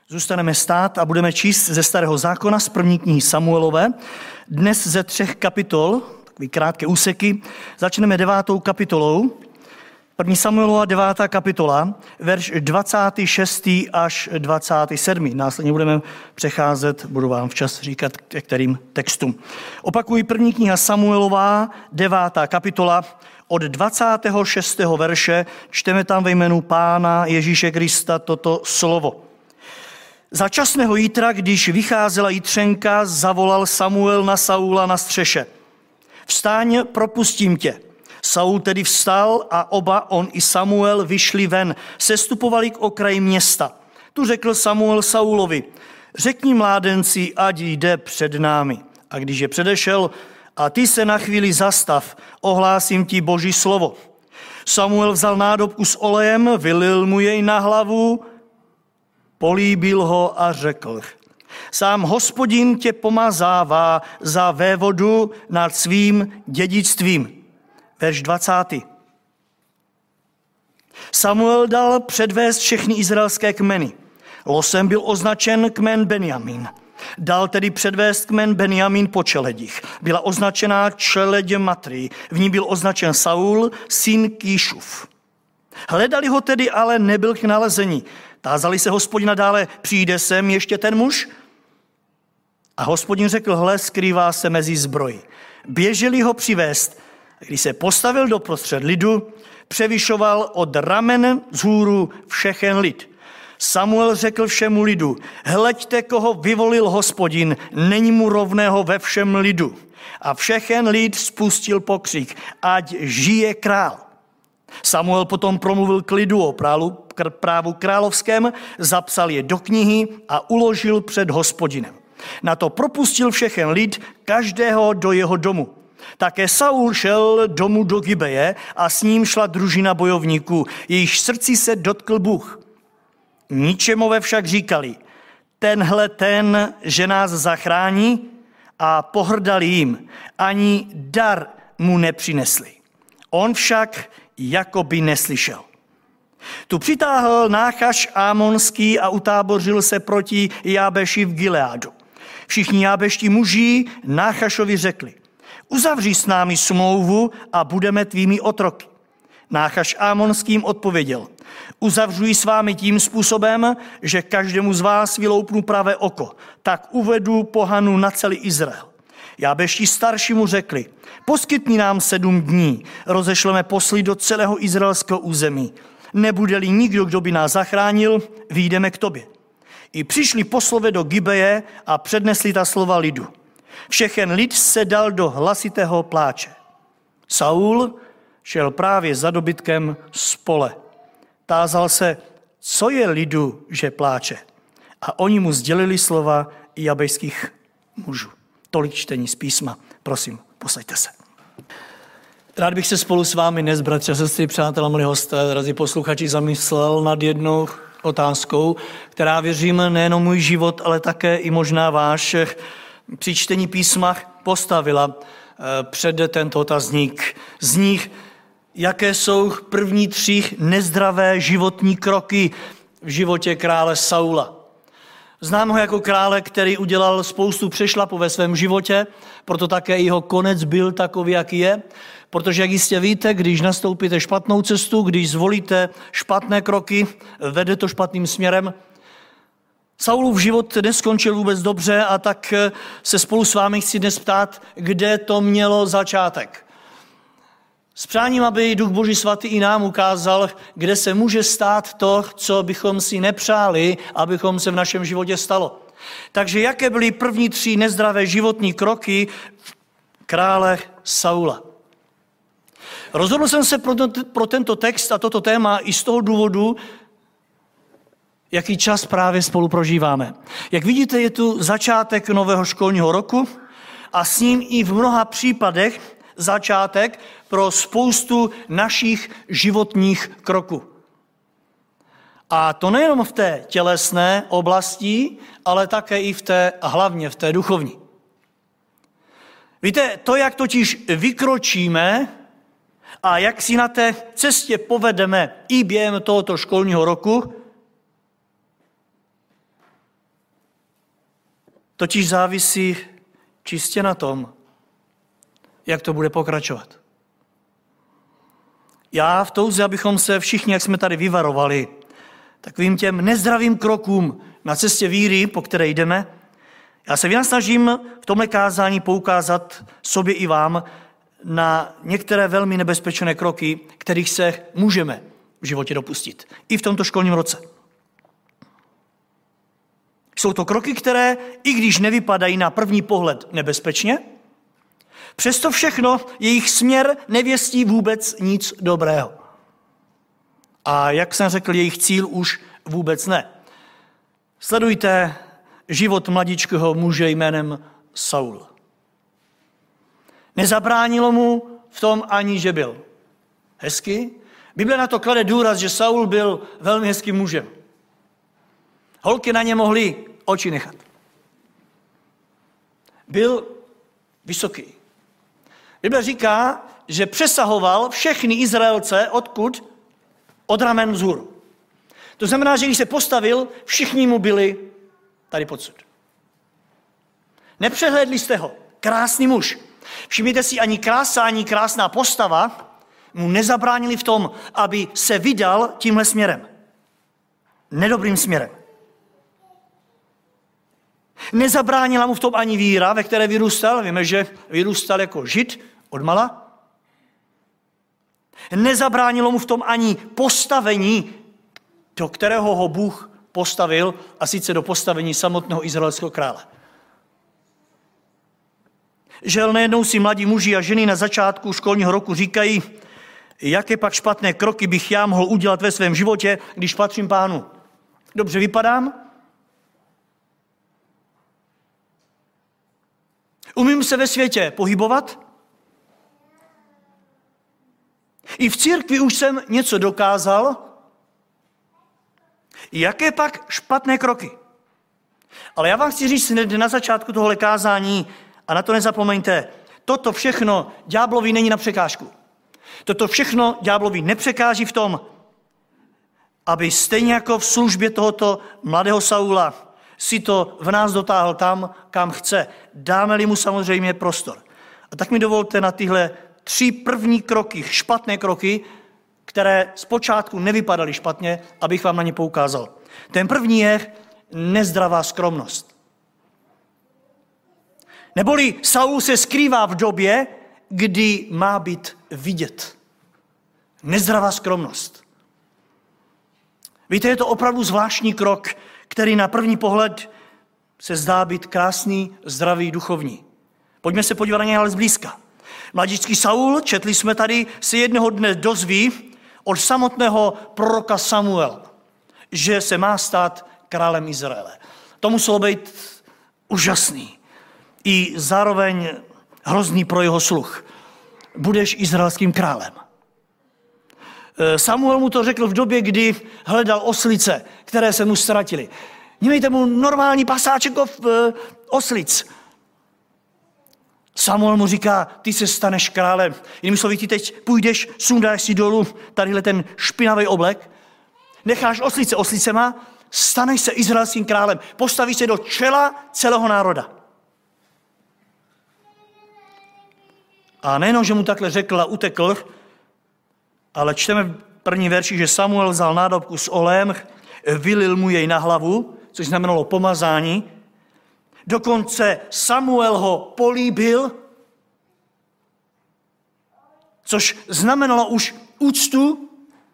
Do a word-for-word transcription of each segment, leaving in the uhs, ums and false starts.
Zůstaneme stát a budeme číst ze Starého zákona z první knihy Samuelové. Dnes ze třech kapitol, takový krátké úseky. Začneme devátou kapitolou. První Samuelova devátá kapitola, verš dvacátý šestý až dvacátý sedmý Následně budeme přecházet, budu vám včas říkat, k kterým textům. Opakuji, první kniha Samuelová, devátá kapitola, od dvacátého šestého verše čteme tam ve jménu Pána Ježíše Krista toto slovo. Za časného jítra, když vycházela jitřenka, zavolal Samuel na Saula na střeše. Vstaň, propustím tě. Saul tedy vstal a oba, on i Samuel, vyšli ven, sestupovali k okraji města. Tu řekl Samuel Saulovi, řekni mládenci, ať jde před námi. A když je předešel, a ty se na chvíli zastav, ohlásím ti Boží slovo. Samuel vzal nádobku s olejem, vylil mu jej na hlavu, políbil ho a řekl, sám Hospodin tě pomazává za vévodu nad svým dědictvím. Verš dvacátý Samuel dal předvést všechny izraelské kmeny. Losem byl označen kmen Benjamin. Dal tedy předvést kmen Benjamin po čeledích. Byla označená čeleď Matry. V ní byl označen Saul, syn Kýšův. Hledali ho tedy, ale nebyl k nalezení. Tázali se Hospodina dále, přijde sem ještě ten muž? A Hospodin řekl, hle, skrývá se mezi zbroji. Běželi ho přivést. Když se postavil doprostřed lidu, převyšoval od ramen vzhůru všechen lid. Samuel řekl všemu lidu, hleďte, koho vyvolil Hospodin, není mu rovného ve všem lidu. A všechen lid spustil pokřik, ať žije král. Samuel potom promluvil k lidu o právu, právu královském, zapsal je do knihy a uložil před Hospodinem. Na to propustil všechen lid, každého do jeho domu. Také Saul šel domů do Gibeje a s ním šla družina bojovníků, jejíž srdci se dotkl Bůh. Ničemové však říkali, tenhle ten, že nás zachrání, a pohrdali jim, ani dar mu nepřinesli. On však jako by neslyšel. Tu přitáhl Náchaš Ámonský a utábořil se proti Jábeši v Gileádu. Všichni jábeští muži Náchašovi řekli, uzavři s námi smlouvu a budeme tvými otroky. Náchaš Ámonským odpověděl, uzavřuji s vámi tím způsobem, že každému z vás vyloupnu pravé oko, tak uvedu pohanu na celý Izrael. Jábeští starší mu řekli, poskytni nám sedm dní, rozešleme posly do celého izraelského území. Nebude-li nikdo, kdo by nás zachránil, vyjdeme k tobě. I přišli poslové do Gibeje a přednesli ta slova lidu. Všechen lid se dal do hlasitého pláče. Saul šel právě za dobytkem z pole. Tázal se, co je lidu, že pláče. A oni mu sdělili slova jabejských mužů. Tolik čtení z písma. Prosím, posaďte se. Rád bych se spolu s vámi dnes, bratři a sestry, přátelé, milí hosté, drazí posluchači, zamyslel nad jednou otázkou, která, věřím, nejenom můj život, ale také i možná váš při čtení písma postavila před tento otazník. Z nich, jaké jsou první tři nezdravé životní kroky v životě krále Saula. Znám ho jako krále, který udělal spoustu přešlapů ve svém životě, proto také jeho konec byl takový, jaký je. Protože, jak jistě víte, když nastoupíte špatnou cestu, když zvolíte špatné kroky, vede to špatným směrem. Saulův život neskončil vůbec dobře a tak se spolu s vámi chci dnes ptát, kde to mělo začátek. S přáním, aby Duch Boží svatý i nám ukázal, kde se může stát to, co bychom si nepřáli, abychom se v našem životě stalo. Takže jaké byly první tři nezdravé životní kroky krále Saula? Rozhodl jsem se pro, to, pro tento text a toto téma i z toho důvodu, jaký čas právě spolu prožíváme. Jak vidíte, je tu začátek nového školního roku a s ním i v mnoha případech začátek pro spoustu našich životních kroků. A to nejenom v té tělesné oblasti, ale také i v té, a hlavně v té duchovní. Víte, to, jak totiž vykročíme a jak si na té cestě povedeme i během tohoto školního roku, totiž závisí čistě na tom, jak to bude pokračovat. Já v touze, abychom se všichni, jak jsme tady vyvarovali, takovým těm nezdravým krokům na cestě víry, po které jdeme, já se vynasnažím v tomhle kázání poukázat sobě i vám na některé velmi nebezpečné kroky, kterých se můžeme v životě dopustit. I v tomto školním roce. Jsou to kroky, které, i když nevypadají na první pohled nebezpečně, přesto všechno jejich směr nevěstí vůbec nic dobrého. A jak jsem řekl, jejich cíl už vůbec ne. Sledujte život mladičkého muže jménem Saul. Nezabránilo mu v tom ani, že byl hezký. Bible na to klade důraz, že Saul byl velmi hezkým mužem. Holky na ně mohly oči nechat. Byl vysoký. Bible říká, že přesahoval všechny Izraelce odkud? Od ramen vzhůru. To znamená, že když se postavil, všichni mu byli tady podsud. Nepřehlédli jste ho. Krásný muž. Všimněte si, ani krása, ani krásná postava mu nezabránili v tom, aby se vydal tímhle směrem. Nedobrým směrem. Nezabránila mu v tom ani víra, ve které vyrůstal. Víme, že vyrůstal jako Žid odmala. Nezabránilo mu v tom ani postavení, do kterého ho Bůh postavil, a sice do postavení samotného izraelského krále. Žel nejednou si mladí muži a ženy na začátku školního roku říkají, jaké pak špatné kroky bych já mohl udělat ve svém životě, když patřím Pánu. Dobře vypadám? Umím se ve světě pohybovat? I v církvi už jsem něco dokázal? Jaké pak špatné kroky? Ale já vám chci říct hned na začátku tohle kázání, a na to nezapomeňte, toto všechno ďáblovi není na překážku. Toto všechno ďáblovi nepřekáží v tom, aby stejně jako v službě tohoto mladého Saula si to v nás dotáhl tam, kam chce. Dáme-li mu samozřejmě prostor. A tak mi dovolte na tyhle tři první kroky, špatné kroky, které zpočátku nevypadaly špatně, abych vám na ně poukázal. Ten první je nezdravá skromnost. Neboli Saul se skrývá v době, kdy má být vidět. Nezdravá skromnost. Víte, je to opravdu zvláštní krok, který na první pohled se zdá být krásný, zdravý, duchovní. Pojďme se podívat na něj ale zblízka. Mladíčký Saul, četli jsme tady, se jednoho dne dozví od samotného proroka Samuela, že se má stát králem Izraele. To muselo být úžasný. I zároveň hrozný pro jeho sluch. Budeš izraelským králem. Samuel mu to řekl v době, kdy hledal oslice, které se mu ztratily. Mějte mu normální pasáček oslic. Samuel mu říká, ty se staneš králem. Jinými slovy, ty teď půjdeš, sundáš si dolů tadyhle ten špinavý oblek, necháš oslice oslicema, staneš se izraelským králem, postavíš se do čela celého národa. A nejenom, že mu takhle řekl a utekl, ale čteme v první verši, že Samuel vzal nádobku s olem, vylil mu jej na hlavu, což znamenalo pomazání. Dokonce Samuel ho políbil, což znamenalo už úctu,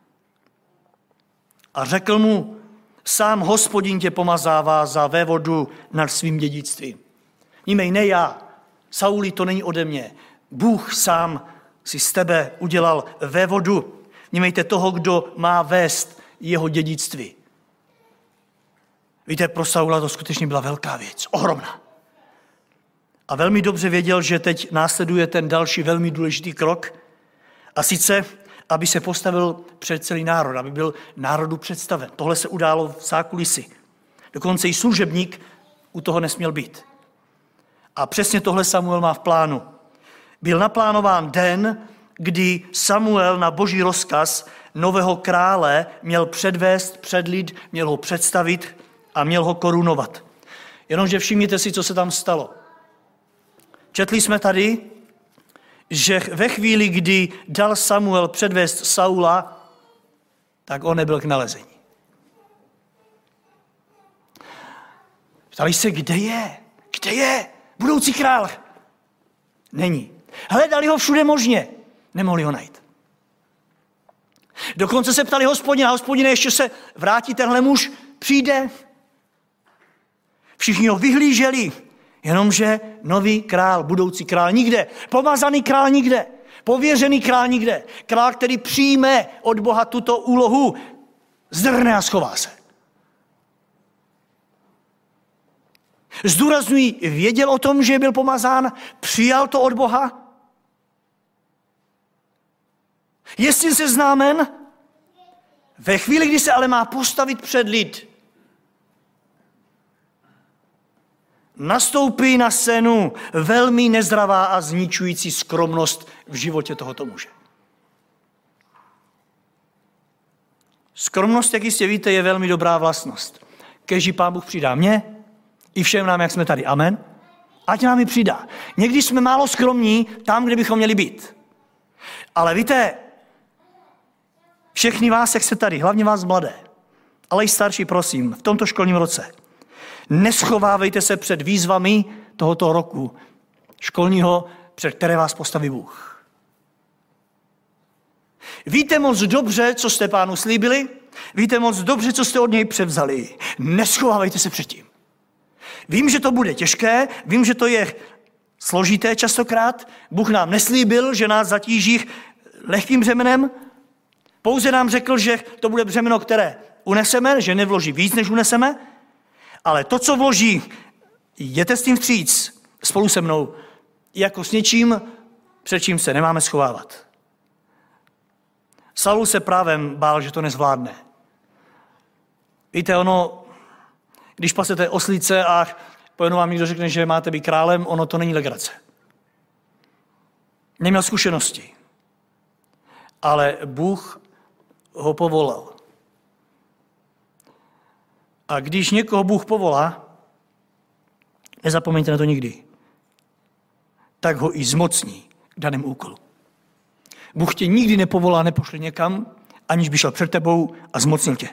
a řekl mu, sám Hospodin tě pomazává za vévodu nad svým dědictvím. Nímej, ne já, Sauli, to není ode mě. Bůh sám si z tebe udělal vévodu. Vnímejte toho, kdo má vést jeho dědictví. Víte, pro Saula to skutečně byla velká věc, ohromná. A velmi dobře věděl, že teď následuje ten další velmi důležitý krok, a sice, aby se postavil před celý národ, aby byl národu představen. Tohle se událo v zákulisí. Dokonce i služebník u toho nesměl být. A přesně tohle Samuel má v plánu. Byl naplánován den, kdy Samuel na boží rozkaz nového krále měl předvést před lid, měl ho představit a měl ho korunovat. Jenomže všimněte si, co se tam stalo. Četli jsme tady, že ve chvíli, kdy dal Samuel předvést Saula, tak on nebyl k nalezení. Ptali se, kde je? Kde je budoucí král? Není. Hledali ho všude možně. Nemohli ho najít. Dokonce se ptali Hospodina, Hospodine, ještě se vrátí tenhle muž, přijde. Všichni ho vyhlíželi, jenomže nový král, budoucí král nikde, pomazaný král nikde, pověřený král nikde, král, který přijme od Boha tuto úlohu, zdrhne a schová se. Zdůrazňuji, věděl o tom, že byl pomazán, přijal to od Boha. Je s tím seznámen? Ve chvíli, kdy se ale má postavit před lid, nastoupí na scénu velmi nezdravá a zničující skromnost v životě tohoto muže. Skromnost, jak jistě víte, je velmi dobrá vlastnost. Kéž Pán Bůh přidá mě i všem nám, jak jsme tady. Amen. Ať nám ji přidá. Někdy jsme málo skromní tam, kde bychom měli být. Ale víte, všechny vás, jak jste tady, hlavně vás mladé, ale i starší, prosím, v tomto školním roce, neschovávejte se před výzvami tohoto roku školního, před které vás postaví Bůh. Víte moc dobře, co jste Pánu slíbili, víte moc dobře, co jste od něj převzali. Neschovávejte se před tím. Vím, že to bude těžké, vím, že to je složité častokrát. Bůh nám neslíbil, že nás zatíží lehkým břemenem. Pouze nám řekl, že to bude břemeno, které uneseme, že nevloží víc, než uneseme. Ale to, co vloží, jděte s tím vstříc spolu se mnou, jako s něčím, před čím se nemáme schovávat. Saul se právem bál, že to nezvládne. Víte, ono, když pasete oslice a pojednou vám někdo řekne, že máte být králem, ono to není legrace. Neměl zkušenosti. Ale Bůh ho povolal. A když někoho Bůh povolá, nezapomeňte na to nikdy, tak ho i zmocní k danému úkolu. Bůh tě nikdy nepovolá, nepošle někam, aniž by šel před tebou a zmocnil tě.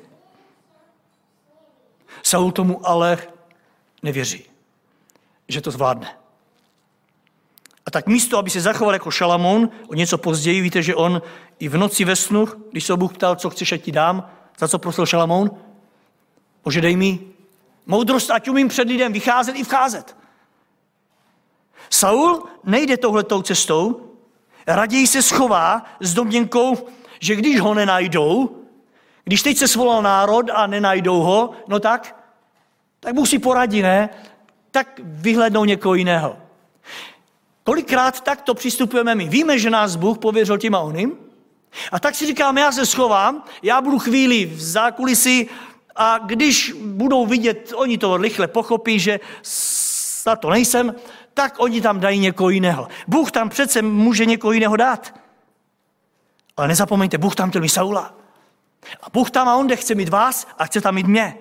Saul tomu ale nevěří, že to zvládne. A tak místo, aby se zachoval jako Šalamoun, o něco později, víte, že on i v noci ve snu, když se Bůh ptal, co chceš, ať ti dám, za co prosil Šalamoun, Bože, dej mi moudrost, ať umím před lidem vycházet i vcházet. Saul nejde touhletou cestou, raději se schová s domněnkou, že když ho nenajdou, když teď se svolal národ a nenajdou ho, no tak, tak Bůh si poradí, ne? Tak vyhlednou někoho jiného. Kolikrát takto přistupujeme my. Víme, že nás Bůh pověřil tím a oným. A tak si říkáme, já se schovám, já budu chvíli v zákulisí a když budou vidět, oni to rychle pochopí, že na to nejsem, tak oni tam dají někoho jiného. Bůh tam přece může někoho jiného dát. Ale nezapomeňte, Bůh tam chtěl mít Saula. A Bůh tam a on chce mít vás a chce tam mít mě.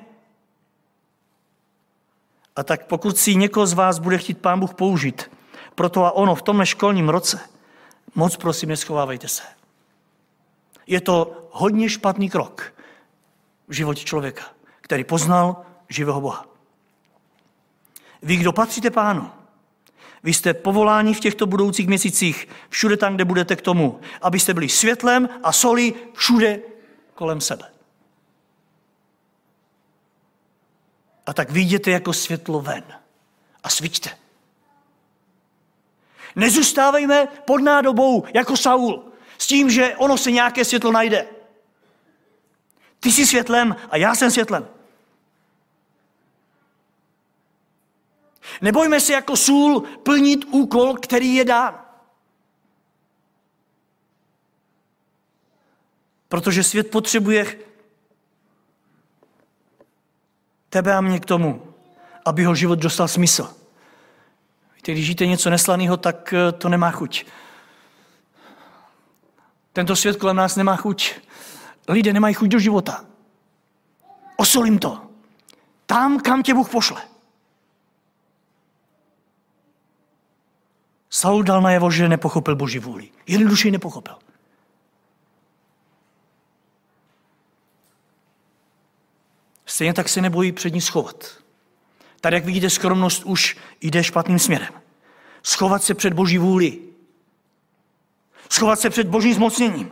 A tak pokud si někoho z vás bude chtít Pán Bůh použít, proto a ono v tomhle školním roce, moc prosím, neschovávejte se. Je to hodně špatný krok v životě člověka, který poznal živého Boha. Vy, kdo patříte Pánu, vy jste povoláni v těchto budoucích měsících všude tam, kde budete k tomu, abyste byli světlem a solí všude kolem sebe. A tak vyjděte jako světlo ven a svíťte. Nezůstávejme pod nádobou jako Saul s tím, že ono se nějaké světlo najde. Ty jsi světlem a já jsem světlem. Nebojme se jako sůl plnit úkol, který je dán. Protože svět potřebuje tebe a mě k tomu, aby ho život dostal smysl. Víte, když žijete něco neslaného, tak to nemá chuť. Tento svět kolem nás nemá chuť. Lidé nemají chuť do života. Osolím to. Tam, kam tě Bůh pošle. Saul dal najevo, že nepochopil Boží vůli. Jednoduše ji nepochopil. Stejně tak se nebojí před ní schovat. Tady, jak vidíte, skromnost už jde špatným směrem. Schovat se před Boží vůli. Schovat se před Božím zmocněním.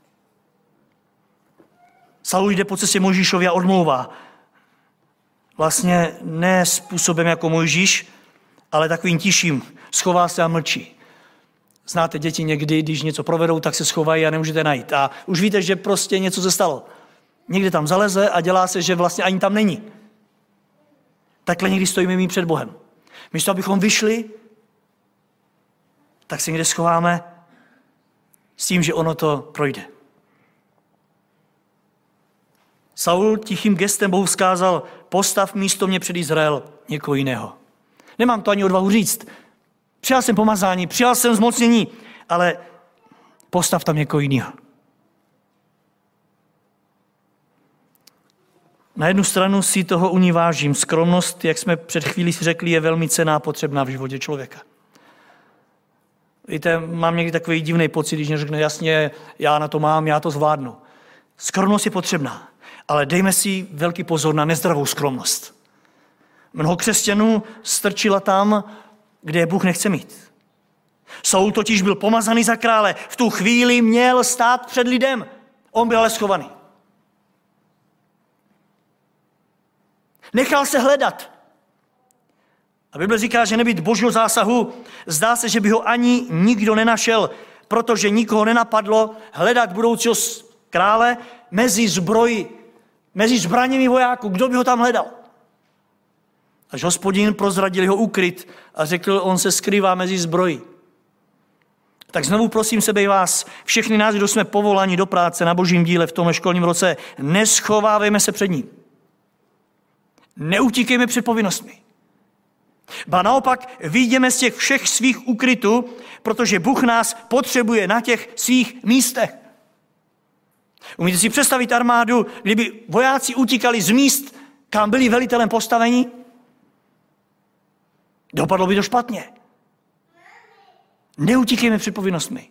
Saul jde po cestě Mojžíšovi a odmlouvá. Vlastně ne způsobem jako Mojžíš, ale takovým tiším. Schová se a mlčí. Znáte, děti někdy, když něco provedou, tak se schovají a nemůžete najít. A už víte, že prostě něco se stalo. Někde tam zaleze a dělá se, že vlastně ani tam není. Takhle někdy stojíme my před Bohem. Místo, abychom vyšli, tak se někde schováme s tím, že ono to projde. Saul tichým gestem Bohu vzkázal, postav místo mě před Izrael někoho jiného. Nemám to ani odvahu říct. Přijal jsem pomazání, přijal jsem zmocnění, ale postav tam někoho jiného. Na jednu stranu si toho u ní vážím. Skromnost, jak jsme před chvílí si řekli, je velmi cenná a potřebná v životě člověka. Víte, mám někdy takový divný pocit, když řekne jasně, já na to mám, já to zvládnu. Skromnost je potřebná, ale dejme si velký pozor na nezdravou skromnost. Mnoho křesťanů strčila tam, kde je Bůh nechce mít. Saul totiž byl pomazaný za krále. V tu chvíli měl stát před lidem. On byl ale schovaný. Nechal se hledat. A Bible říká, že nebýt Božího zásahu, zdá se, že by ho ani nikdo nenašel, protože nikoho nenapadlo hledat budoucího krále mezi zbroji, mezi zbraněmi vojáků. Kdo by ho tam hledal? Až Hospodin prozradil jeho úkryt a řekl, on se skrývá mezi zbroji. Tak znovu prosím sebe i vás, všechny nás, kdo jsme povoláni do práce na Božím díle v tomhle školním roce, neschovávejme se před ním. Neutíkejme před povinnostmi. Ba naopak vyjdeme z těch všech svých úkrytů, protože Bůh nás potřebuje na těch svých místech. Umíte si představit armádu, kdyby vojáci utíkali z míst, kam byli velitelem postavení? Dopadlo by to špatně. Neutíkejme před povinnostmi.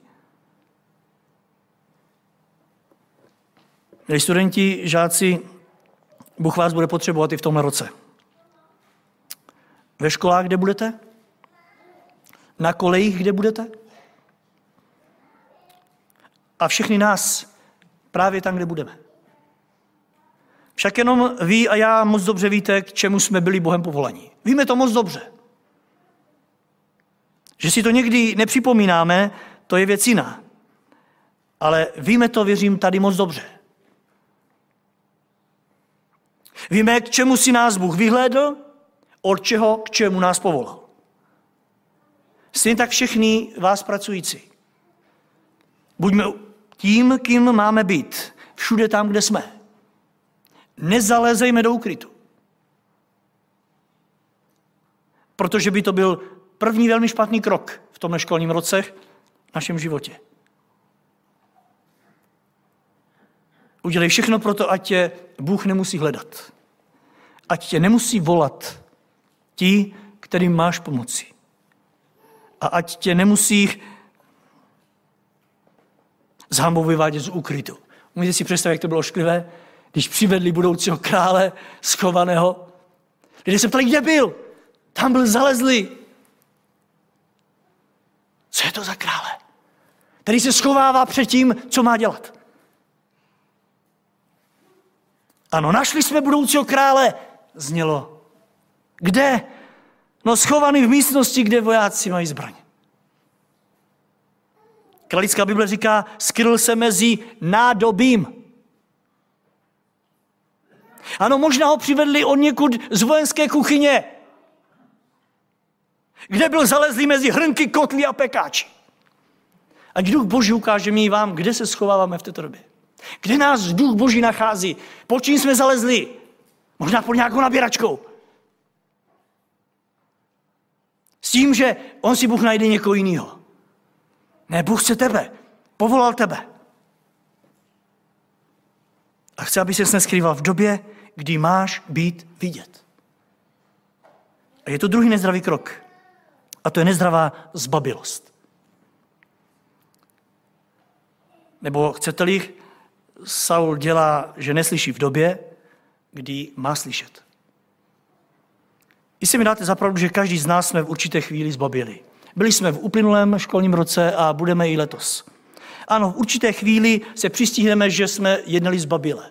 Milí studenti, žáci, Bůh vás bude potřebovat i v tomhle roce. Ve školách, kde budete? Na kolejích, kde budete? A všechny nás právě tam, kde budeme. Však jenom vy a já moc dobře víte, k čemu jsme byli Bohem povolaní. Víme to moc dobře. Že si to někdy nepřipomínáme, to je věc jiná. Ale víme to, věřím, tady moc dobře. Víme, k čemu si nás Bůh vyhlédl, od čeho, k čemu nás povolal. Stejně tak všichni vás pracující. Buďme tím, kým máme být. Všude tam, kde jsme. Nezalezejme do úkrytu. Protože by to byl první velmi špatný krok v tomhle školním roce v našem životě. Udělej všechno pro to, ať tě Bůh nemusí hledat. Ať tě nemusí volat ti, kterým máš pomoci. A ať tě nemusí s hanbou vyvádět z úkrytu. Můžete si představit, jak to bylo ošklivé, když přivedli budoucího krále schovaného. Lidé se ptali, kde byl? Tam byl zalezlý. Co je to za krále? Který se schovává před tím, co má dělat. Ano, našli jsme budoucího krále, znělo. Kde? No schovaný v místnosti, kde vojáci mají zbraň. Kralická Bible říká, skryl se mezi nádobím. Ano, možná ho přivedli od někud z vojenské kuchyně, kde byl zalezlý mezi hrnky, kotly a pekáči. Ať Duch Boží ukáže mi i vám, kde se schováváme v této době. Kde nás Duch Boží nachází? Po čím jsme zalezli? Možná pod nějakou nabíračkou. S tím, že on si Bůh najde někoho jiného. Ne, Bůh chce tebe. Povolal tebe. A chce, aby ses neskrýval v době, kdy máš být vidět. A je to druhý nezdravý krok. A to je nezdravá zbabilost. Nebo chcete-li, Saul dělá, že neslyší v době, kdy má slyšet. Jestli mi dáte za pravdu, že každý z nás jsme v určité chvíli zbaběli. Byli jsme v uplynulém školním roce a budeme i letos. Ano, v určité chvíli se přistihneme, že jsme jednali zbaběle.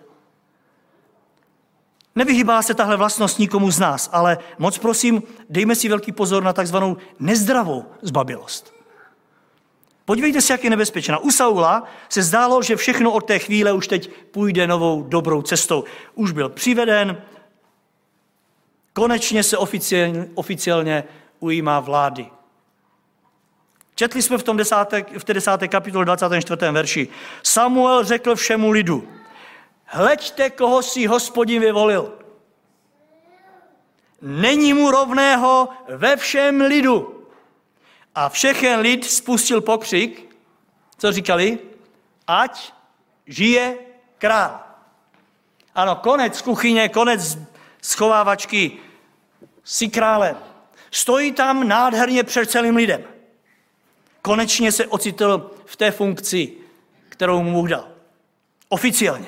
Nevyhýbá se tahle vlastnost nikomu z nás, ale moc prosím, dejme si velký pozor na takzvanou nezdravou zbabělost. Podívejte se, jak je nebezpečná. U Saula se zdálo, že všechno od té chvíle už teď půjde novou dobrou cestou. Už byl přiveden, konečně se oficiálně, oficiálně ujímá vlády. Četli jsme v, tom desáté, v té desáté kapitole dvacátém čtvrtém verši. Samuel řekl všemu lidu, hleďte, koho si Hospodin vyvolil. Není mu rovného ve všem lidu. A všechen lid spustil pokřik, co říkali? Ať žije král. Ano, konec kuchyně, konec schovávačky, jsi králem. Stojí tam nádherně před celým lidem. Konečně se ocitl v té funkci, kterou mu Bůh dal. Oficiálně.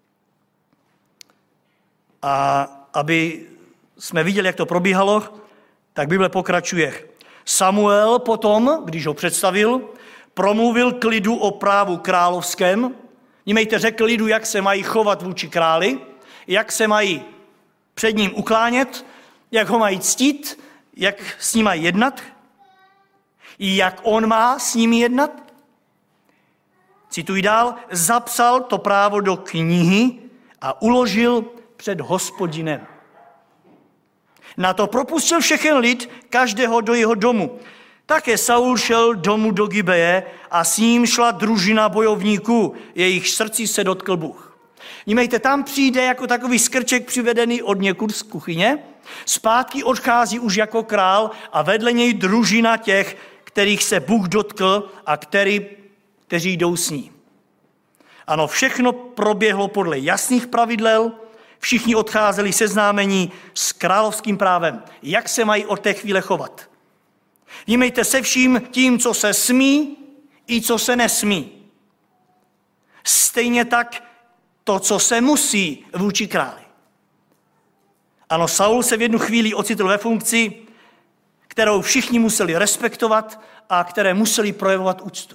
A aby jsme viděli, jak to probíhalo, tak Bible pokračuje. Samuel potom, když ho představil, promluvil k lidu o právu královském. Nímejte, řekl lidu, jak se mají chovat vůči králi, jak se mají před ním uklánět, jak ho mají ctít, jak s ním mají jednat, jak on má s nimi jednat. Cituji dál, zapsal to právo do knihy a uložil před Hospodinem. Na to propustil všechen lid, každého do jeho domu. Také Saul šel domů do Gibeje a s ním šla družina bojovníků, jejich srdcí se dotkl Bůh. Nímejte, tam přijde jako takový skrček přivedený od někud z kuchyně, zpátky odchází už jako král a vedle něj družina těch, kterých se Bůh dotkl a který, kteří jdou s ním. Ano, všechno proběhlo podle jasných pravidel, všichni odcházeli seznámení s královským právem, jak se mají od té chvíle chovat. Vnímejte se vším tím, co se smí i co se nesmí. Stejně tak to, co se musí vůči králi. Ano, Saul se v jednu chvíli ocitl ve funkci, kterou všichni museli respektovat a které museli projevovat úctu.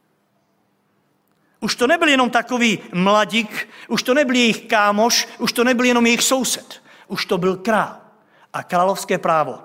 Už to nebyl jenom takový mladík, už to nebyl jejich kámoš, už to nebyl jenom jejich soused. Už to byl král a královské právo.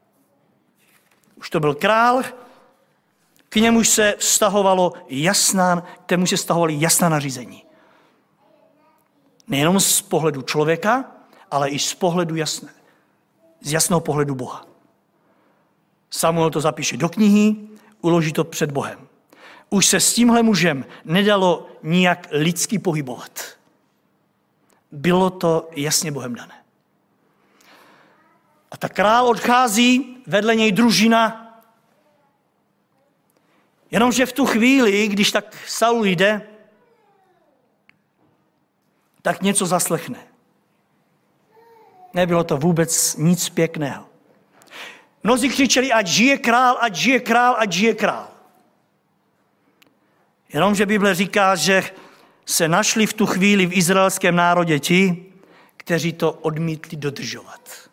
Už to byl král, k němu se vztahovalo jasná, k tému se vztahovaly jasná nařízení. Nejenom z pohledu člověka, ale i z pohledu jasné, z jasného pohledu Boha. Samuel to zapíše do knihy, uloží to před Bohem. Už se s tímhle mužem nedalo nijak lidsky pohybovat. Bylo to jasně Bohem dané. A tak král odchází, vedle něj družina. Jenomže v tu chvíli, když tak Saul jde, tak něco zaslechne. Nebylo to vůbec nic pěkného. Mnozí křičeli, ať žije král, ať žije král, ať žije král. Jenomže Bible říká, že se našli v tu chvíli v izraelském národě ti, kteří to odmítli dodržovat.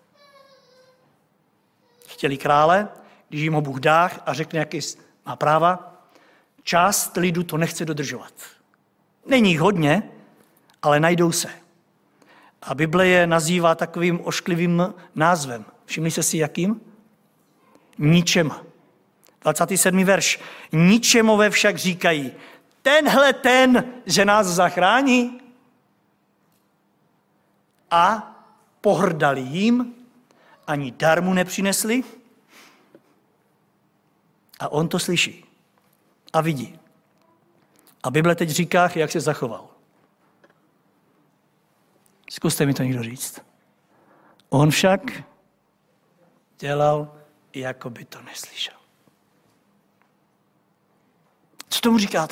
Chtěli krále, když jim ho Bůh dá a řekne, jaký má práva, část lidu to nechce dodržovat. Není jich hodně, ale najdou se. A Bible je nazývá takovým ošklivým názvem. Všimli jste si jakým? Ničema. dvacátý sedmý verš. Ničemové však říkají, tenhle ten, že nás zachrání. A pohrdali jim, ani dar mu nepřinesli. A on to slyší a vidí. A Bible teď říká, jak se zachoval. Zkuste mi to někdo říct. On však dělal, jako by to neslyšel. Co tomu říkáte?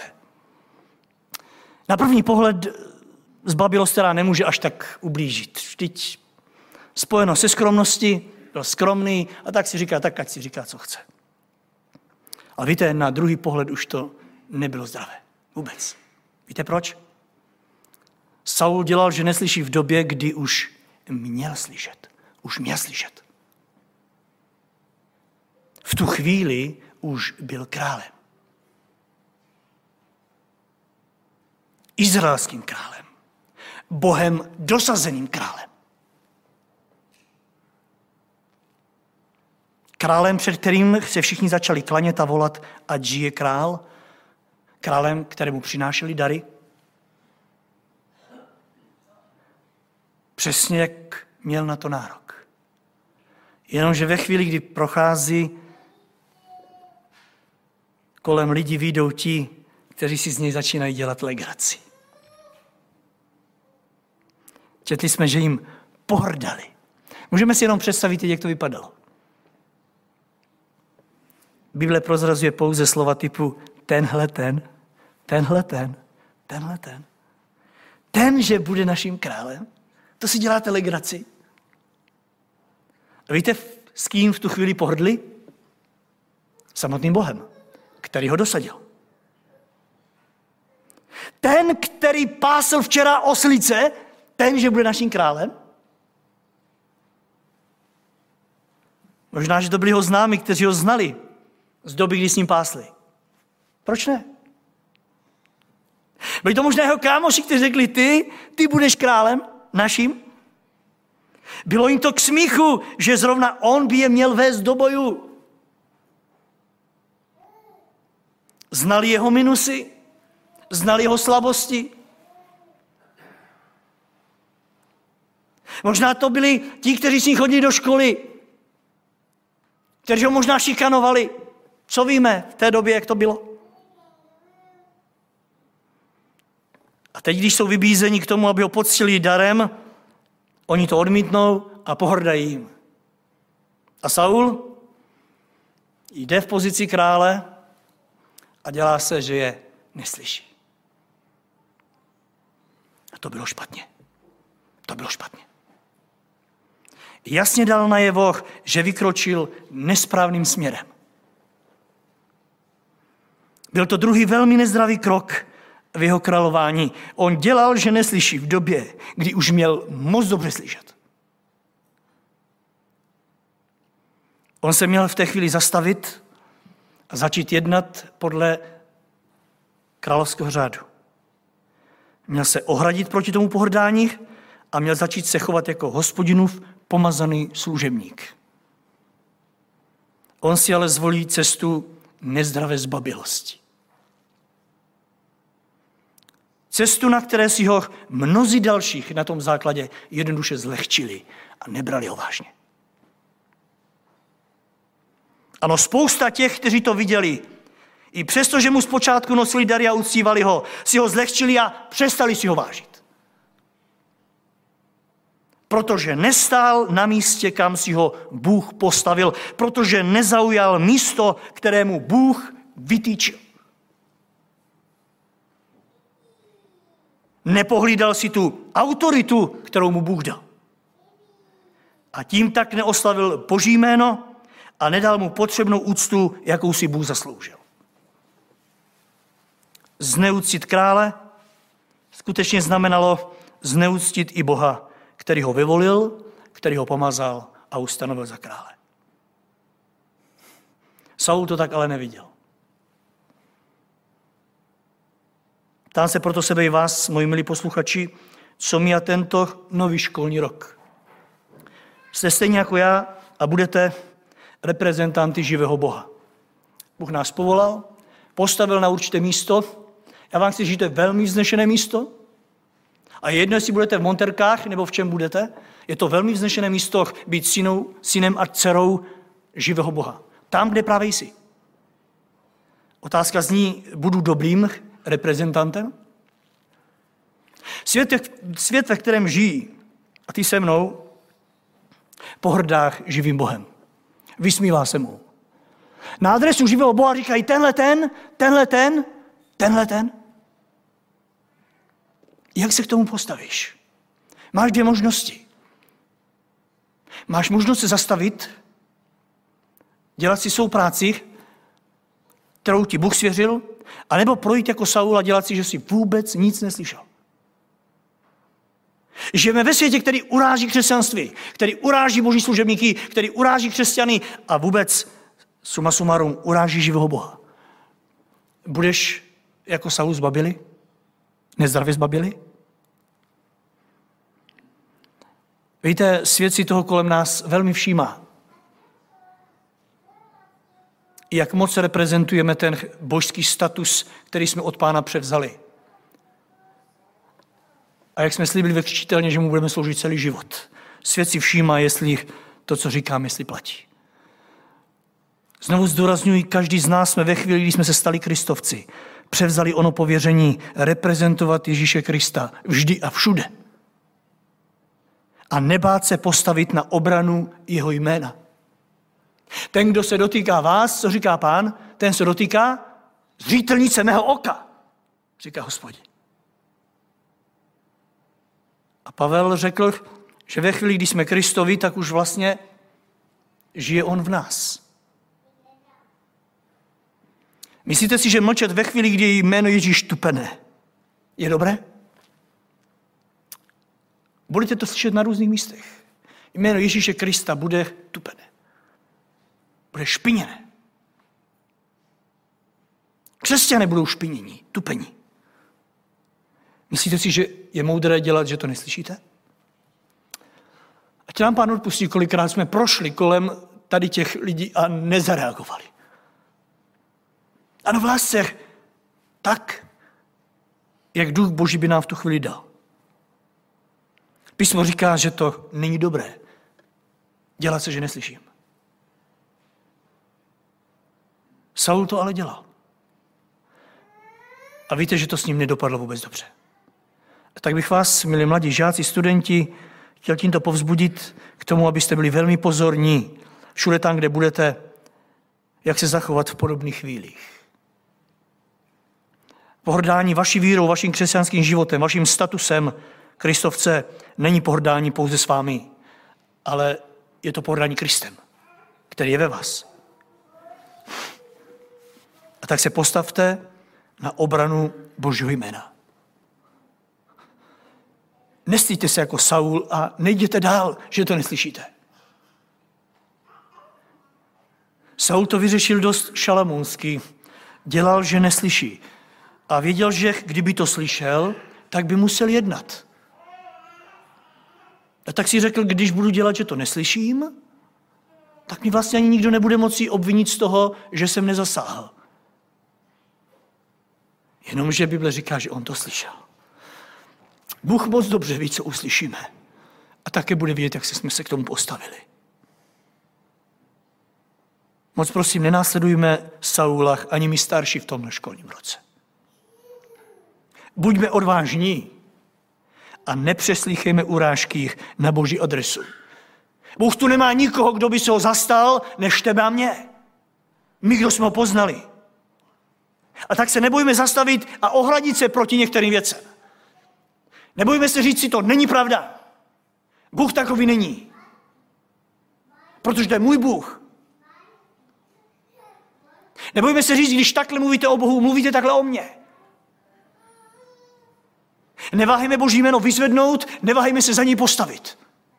Na první pohled zbabilost, která nemůže až tak ublížit. Vždyť spojeno se skromností, byl skromný a tak si říká, tak ať si říká, co chce. A víte, na druhý pohled už to nebylo zdravé. Vůbec. Víte proč? Saul dělal, že neslyší v době, kdy už měl slyšet. Už měl slyšet. V tu chvíli už byl králem. Izraelským králem. Bohem dosazeným králem. Králem, před kterým se všichni začali klanět a volat, ať žije král. Králem, kterému přinášeli dary. Přesně jak měl na to nárok. Jenomže ve chvíli, kdy prochází kolem lidí, vyjdou ti, kteří si z něj začínají dělat legraci. Četli jsme, že jim pohrdali. Můžeme si jenom představit, jak to vypadalo. Bible prozrazuje pouze slova typu tenhle ten, tenhle ten, tenhle ten. Ten, že bude naším králem, to si děláte legraci. A víte, s kým v tu chvíli pohrdli? Samotným Bohem, který ho dosadil. Ten, který pásl včera oslice, ten, že bude naším králem? Možná, že to byli ho známí, kteří ho znali z doby, kdy s ním pásli. Proč ne? Byli to možná jeho kámoši, kteří řekli, ty, ty budeš králem naším? Bylo jim to k smíchu, že zrovna on by je měl vést do boju. Znali jeho minusy, znali jeho slabosti. Možná to byli ti, kteří s ním chodili do školy, kteří ho možná šikanovali. Co víme v té době, jak to bylo? A teď, když jsou vybízeni k tomu, aby ho poctili darem, oni to odmítnou a pohrdají jim. A Saul jde v pozici krále a dělá se, že je neslyší. A to bylo špatně. To bylo špatně. Jasně dal najevo, že vykročil nesprávným směrem. Byl to druhý velmi nezdravý krok v jeho králování. On dělal, že neslyší v době, kdy už měl moc dobře slyšet. On se měl v té chvíli zastavit a začít jednat podle královského řádu. Měl se ohradit proti tomu pohrdání a měl začít se chovat jako Hospodinův pomazaný služebník. On si ale zvolí cestu nezdravé zbabilosti. Cestu, na které si ho mnozí dalších na tom základě jednoduše zlehčili a nebrali ho vážně. Ano, spousta těch, kteří to viděli, i přesto, že mu zpočátku nosili dary a uctívali ho, si ho zlehčili a přestali si ho vážit. Protože nestál na místě, kam si ho Bůh postavil, protože nezaujal místo, kterému Bůh vytýčil. Nepohlídal si tu autoritu, kterou mu Bůh dal. A tím tak neoslavil Boží jméno a nedal mu potřebnou úctu, jakou si Bůh zasloužil. Zneuctit krále skutečně znamenalo zneuctit i Boha, který ho vyvolil, který ho pomazal a ustanovil za krále. Saul to tak ale neviděl. Ptám se proto sebe i vás, moji milí posluchači, co mi a tento nový školní rok. Jste stejně jako já a budete reprezentanty živého Boha. Bůh nás povolal, postavil na určité místo. Já vám chci říct, že to je velmi vznešené místo. A je jedno, jestli budete v monterkách, nebo v čem budete. Je to velmi vznešené místo být synou, synem a dcerou živého Boha. Tam, kde právě jsi. Otázka zní, budu dobrým reprezentantem? Svět, svět, ve kterém žijí, a ty se mnou, pohrdách živým Bohem. Vysmívá se mu. Na adresu živého Boha říkají tenhle ten, tenhle ten, tenhle ten. Jak se k tomu postavíš? Máš dvě možnosti. Máš možnost se zastavit, dělat si svou práci, kterou ti Bůh svěřil, A nebo projít jako Saul a dělat si, že si vůbec nic neslyšel. Žijeme ve světě, který uráží křesťanství, který uráží boží služebníky, který uráží křesťany a vůbec suma sumarum uráží živého Boha. Budeš jako Saul zbabili? Nezdravě zbabili? Víte, svět si toho kolem nás velmi všímá. Jak moc reprezentujeme ten božský status, který jsme od Pána převzali. A jak jsme slíbili ve křtitelně, že mu budeme sloužit celý život. Svět si všímá, jestli to, co říkám, jestli platí. Znovu zdůrazňuji, každý z nás jsme ve chvíli, kdy jsme se stali kristovci, převzali ono pověření reprezentovat Ježíše Krista vždy a všude. A nebát se postavit na obranu jeho jména. Ten, kdo se dotýká vás, co říká Pán, ten se dotýká zřítelnice mého oka, říká Hospodin. A Pavel řekl, že ve chvíli, kdy jsme Kristovi, tak už vlastně žije on v nás. Myslíte si, že mlčet ve chvíli, kdy je jméno Ježíš tupené, je dobré? Budete to slyšet na různých místech. Jméno Ježíše Krista bude tupené. Bude špiněné. Křesťané budou špinění, tupení. Myslíte si, že je moudré dělat, že to neslyšíte? Ať nám Pán odpustí, kolikrát jsme prošli kolem tady těch lidí a nezareagovali. Ano, v lásce tak, jak Duch Boží by nám v tu chvíli dal. Písmo říká, že to není dobré. Dělat se, že neslyším. Saul to ale dělal. A víte, že to s ním nedopadlo vůbec dobře. A tak bych vás, milí mladí žáci, studenti, chtěl tímto povzbudit k tomu, abyste byli velmi pozorní všude tam, kde budete, jak se zachovat v podobných chvílích. Pohrdání vaší vírou, vaším křesťanským životem, vaším statusem Kristovce není pohrdání pouze s vámi, ale je to pohrdání Kristem, který je ve vás. A tak se postavte na obranu Božího jména. Nestýďte se jako Saul a nejděte dál, že to neslyšíte. Saul to vyřešil dost šalamounsky. Dělal, že neslyší. A věděl, že kdyby to slyšel, tak by musel jednat. A tak si řekl, když budu dělat, že to neslyším, tak mi vlastně ani nikdo nebude moci obvinit z toho, že jsem nezasáhl. Jenomže Bible říká, že on to slyšel. Bůh moc dobře ví, co uslyšíme. A také bude vědět, jak jsme se k tomu postavili. Moc prosím, nenásledujme Saula ani my starší v tomhle školním roce. Buďme odvážní a nepřeslýchejme urážky na Boží adresu. Bůh tu nemá nikoho, kdo by se ho zastal, než tebe a mě. My, kdo jsme ho poznali. A tak se nebojme zastavit a ohradit se proti některým věcem. Nebojme se říct si, to není pravda. Bůh takový není. Protože to je můj Bůh. Nebojme se říct, když takhle mluvíte o Bohu, mluvíte takhle o mně. Neváhejme Boží jméno vyzvednout, neváhejme se za ní postavit.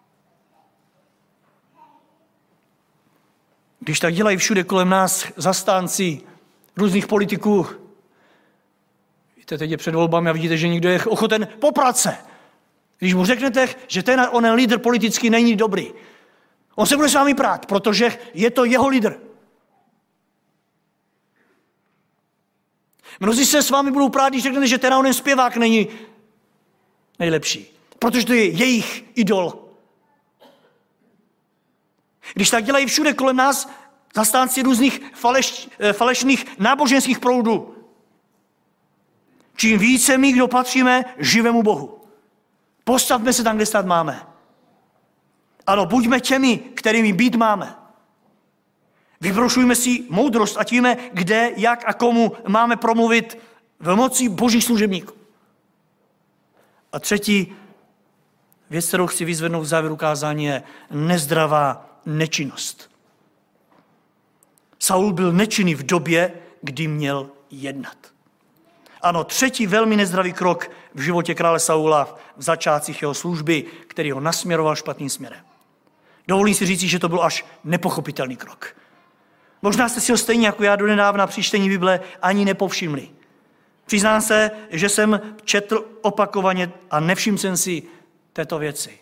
Když tak dělají všude kolem nás zastánci různých politiků, víte, teď je před volbami a vidíte, že někdo je ochoten poprat se. Když mu řeknete, že ten onen lídr politický není dobrý, on se bude s vámi prát, protože je to jeho lídr. Mnozí se s vámi budou prát, když řeknete, že ten onen zpěvák není nejlepší, protože to je jejich idol. Když tak dělají všude kolem nás zastánci různých faleš, falešných náboženských proudů. Čím více my, kdo patříme živému Bohu. Postavme se tam, kde stát máme. Ano, buďme těmi, kterými být máme. Vybrošujme si moudrost, ať víme, kde, jak a komu máme promluvit v moci Božích služebníků. A třetí věc, kterou chci vyzvednout v závěru kázání, je nezdravá nečinnost. Saul byl nečinný v době, kdy měl jednat. Ano, třetí velmi nezdravý krok v životě krále Saula v začátcích jeho služby, který ho nasměroval špatným směrem. Dovolím si říct, že to byl až nepochopitelný krok. Možná jste si ho stejně jako já donedávna při čtení Bible ani nepovšimli. Přiznám se, že jsem četl opakovaně a nevšiml jsem si této věci.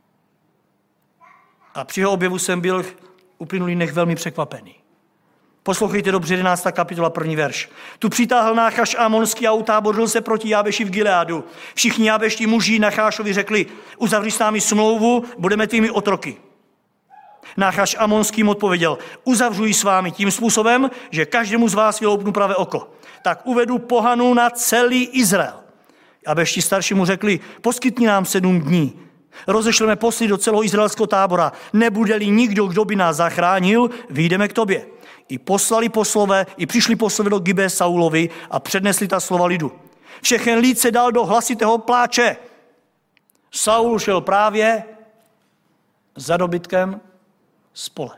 A při jeho objevu jsem byl v uplynulých dnech velmi překvapený. Poslouchejte dobře, jedenáctá kapitola, první verš. Tu přitáhl Náchaš Amonský a utábořil se proti Jábeši v Gileádu. Všichni jábeští muži Náchášovi řekli, uzavři s námi smlouvu, budeme tvými otroky. Náchaš Amonským odpověděl, uzavřuji s vámi tím způsobem, že každému z vás vyloupnu pravé oko. Tak uvedu pohanu na celý Izrael. Jábeští starší mu řekli, poskytni nám sedm dní. Rozešleme posly do celého izraelského tábora. Nebude-li nikdo, kdo by nás zachránil, vyjdeme k tobě. I poslali poslové, i přišli poslové do Gibé Saulovi a přednesli ta slova lidu. Všechen lid se dal do hlasitého pláče. Saul šel právě za dobytkem z pole.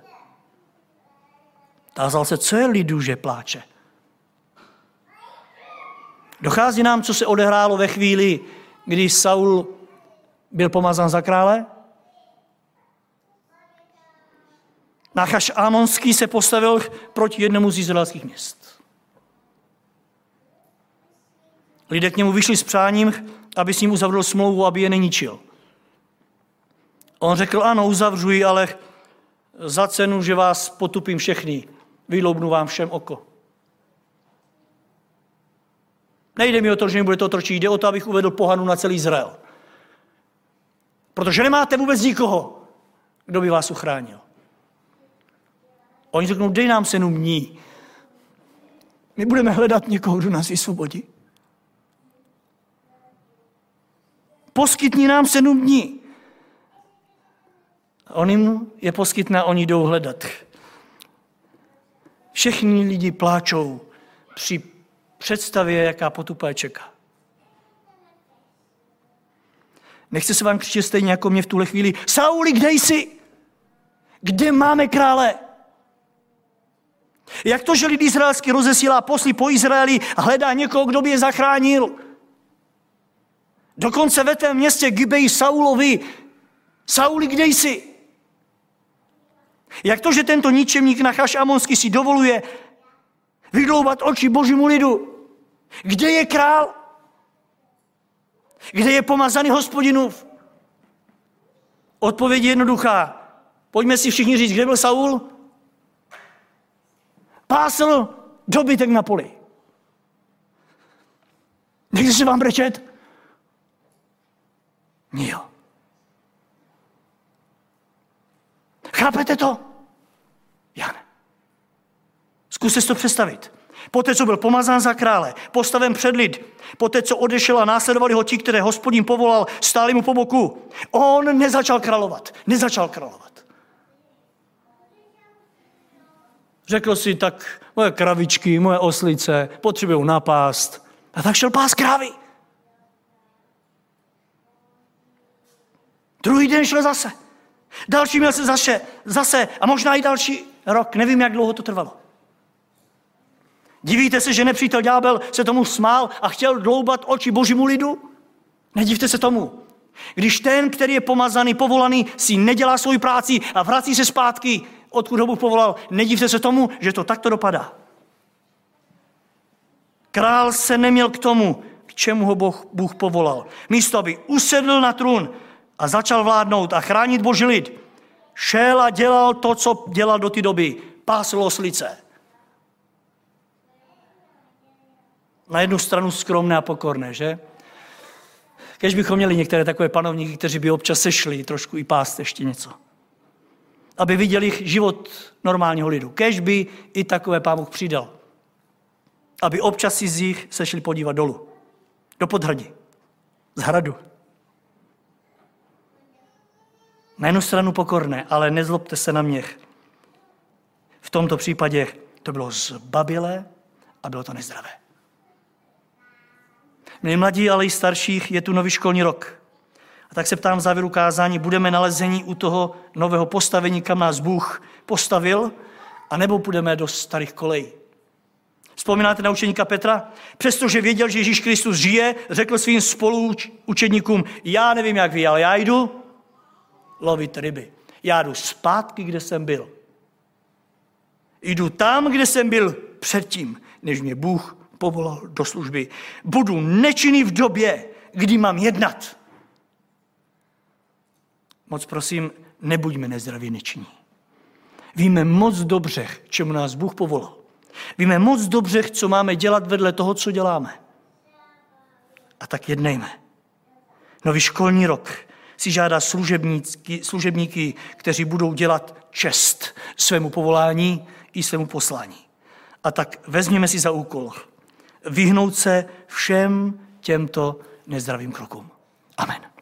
Tázal se, co je lidu, že pláče. Dochází nám, co se odehrálo ve chvíli, kdy Saul byl pomazán za krále? Náchaš Amonský se postavil proti jednomu z izraelských měst. Lidé k němu vyšli s přáním, aby s ním uzavřel smlouvu, aby je neničil. On řekl, ano, uzavřuji, ale za cenu, že vás potupím všechny, vyloubnu vám všem oko. Nejde mi o to, že mi budete otročit, jde o to, abych uvedl pohanu na celý Izrael. Protože nemáte vůbec nikoho, kdo by vás uchránil. Oni řeknou, dej nám sedm dní. My budeme hledat někoho, kdo nás vysvobodí. Poskytni nám sedm dní. On jim je poskytne a oni jdou hledat. Všichni lidi pláčou při představě, jaká potupa je čeká. Nechce se vám křičet stejně jako mě v tuhle chvíli. Sauli, kde jsi? Kde máme krále? Jak to, že lid izraelský rozesílá posly po Izraeli a hledá někoho, kdo by je zachránil? Dokonce ve tvém městě Gibeji Saulovi. Sauli, kde jsi? Jak to, že tento ničemník Náchaš Amonský si dovoluje vydloubat oči božímu lidu? Kde je král? Kde je pomazaný Hospodinův? Odpověď je jednoduchá. Pojďme si všichni říct, kde byl Saul? Pásl dobytek na poli. Nechci se vám brečet? Jo. Chápete to? Já ne. Zkuste si to představit. Poté, co byl pomazán za krále, postaven před lid, poté, co odešel a následovali ho ti, které Hospodin povolal, stáli mu po boku, on nezačal královat. Nezačal královat. Řekl si, tak moje kravičky, moje oslice potřebují napást. A tak šel pás krávy. Druhý den šel zase. Další měl se zase, zase a možná i další rok. Nevím, jak dlouho to trvalo. Divíte se, že nepřítel ďábel se tomu smál a chtěl dloubat oči božímu lidu? Nedivte se tomu. Když ten, který je pomazaný, povolaný, si nedělá svou práci a vrací se zpátky, odkud ho Bůh povolal, nedivte se tomu, že to takto dopadá. Král se neměl k tomu, k čemu ho Bůh, Bůh povolal. Místo, aby usedl na trůn a začal vládnout a chránit boží lid, šel a dělal to, co dělal do té doby. Pásl oslice. Na jednu stranu skromné a pokorné, že? Kež bychom měli některé takové panovníky, kteří by občas sešli trošku i pást ještě něco. Aby viděli život normálního lidu. Kež by i takové Pán Bůh přidal. Aby občas si z nich sešli podívat dolů. Do podhradí. Z hradu. Na jednu stranu pokorné, ale nezlobte se na mě. V tomto případě to bylo zbabělé a bylo to nezdravé. Milí mladí, ale i starších, je tu nový školní rok. A tak se ptám v závěru kázání, budeme nalezení u toho nového postavení, kam nás Bůh postavil, anebo půjdeme do starých kolejí. Vzpomínáte na učeníka Petra? Přestože věděl, že Ježíš Kristus žije, řekl svým spoluučedníkům, já nevím, jak vy, ale já jdu lovit ryby. Já jdu zpátky, kde jsem byl. Jdu tam, kde jsem byl předtím, než mě Bůh povolal do služby. Budu nečinný v době, kdy mám jednat. Moc prosím, nebuďme nezdraví nečinní. Víme moc dobře, k čemu nás Bůh povolal. Víme moc dobře, co máme dělat vedle toho, co děláme. A tak jednejme. Nový školní rok si žádá služebníky, služebníky, kteří budou dělat čest svému povolání i svému poslání. A tak vezměme si za úkol vyhnout se všem těmto nezdravým krokům. Amen.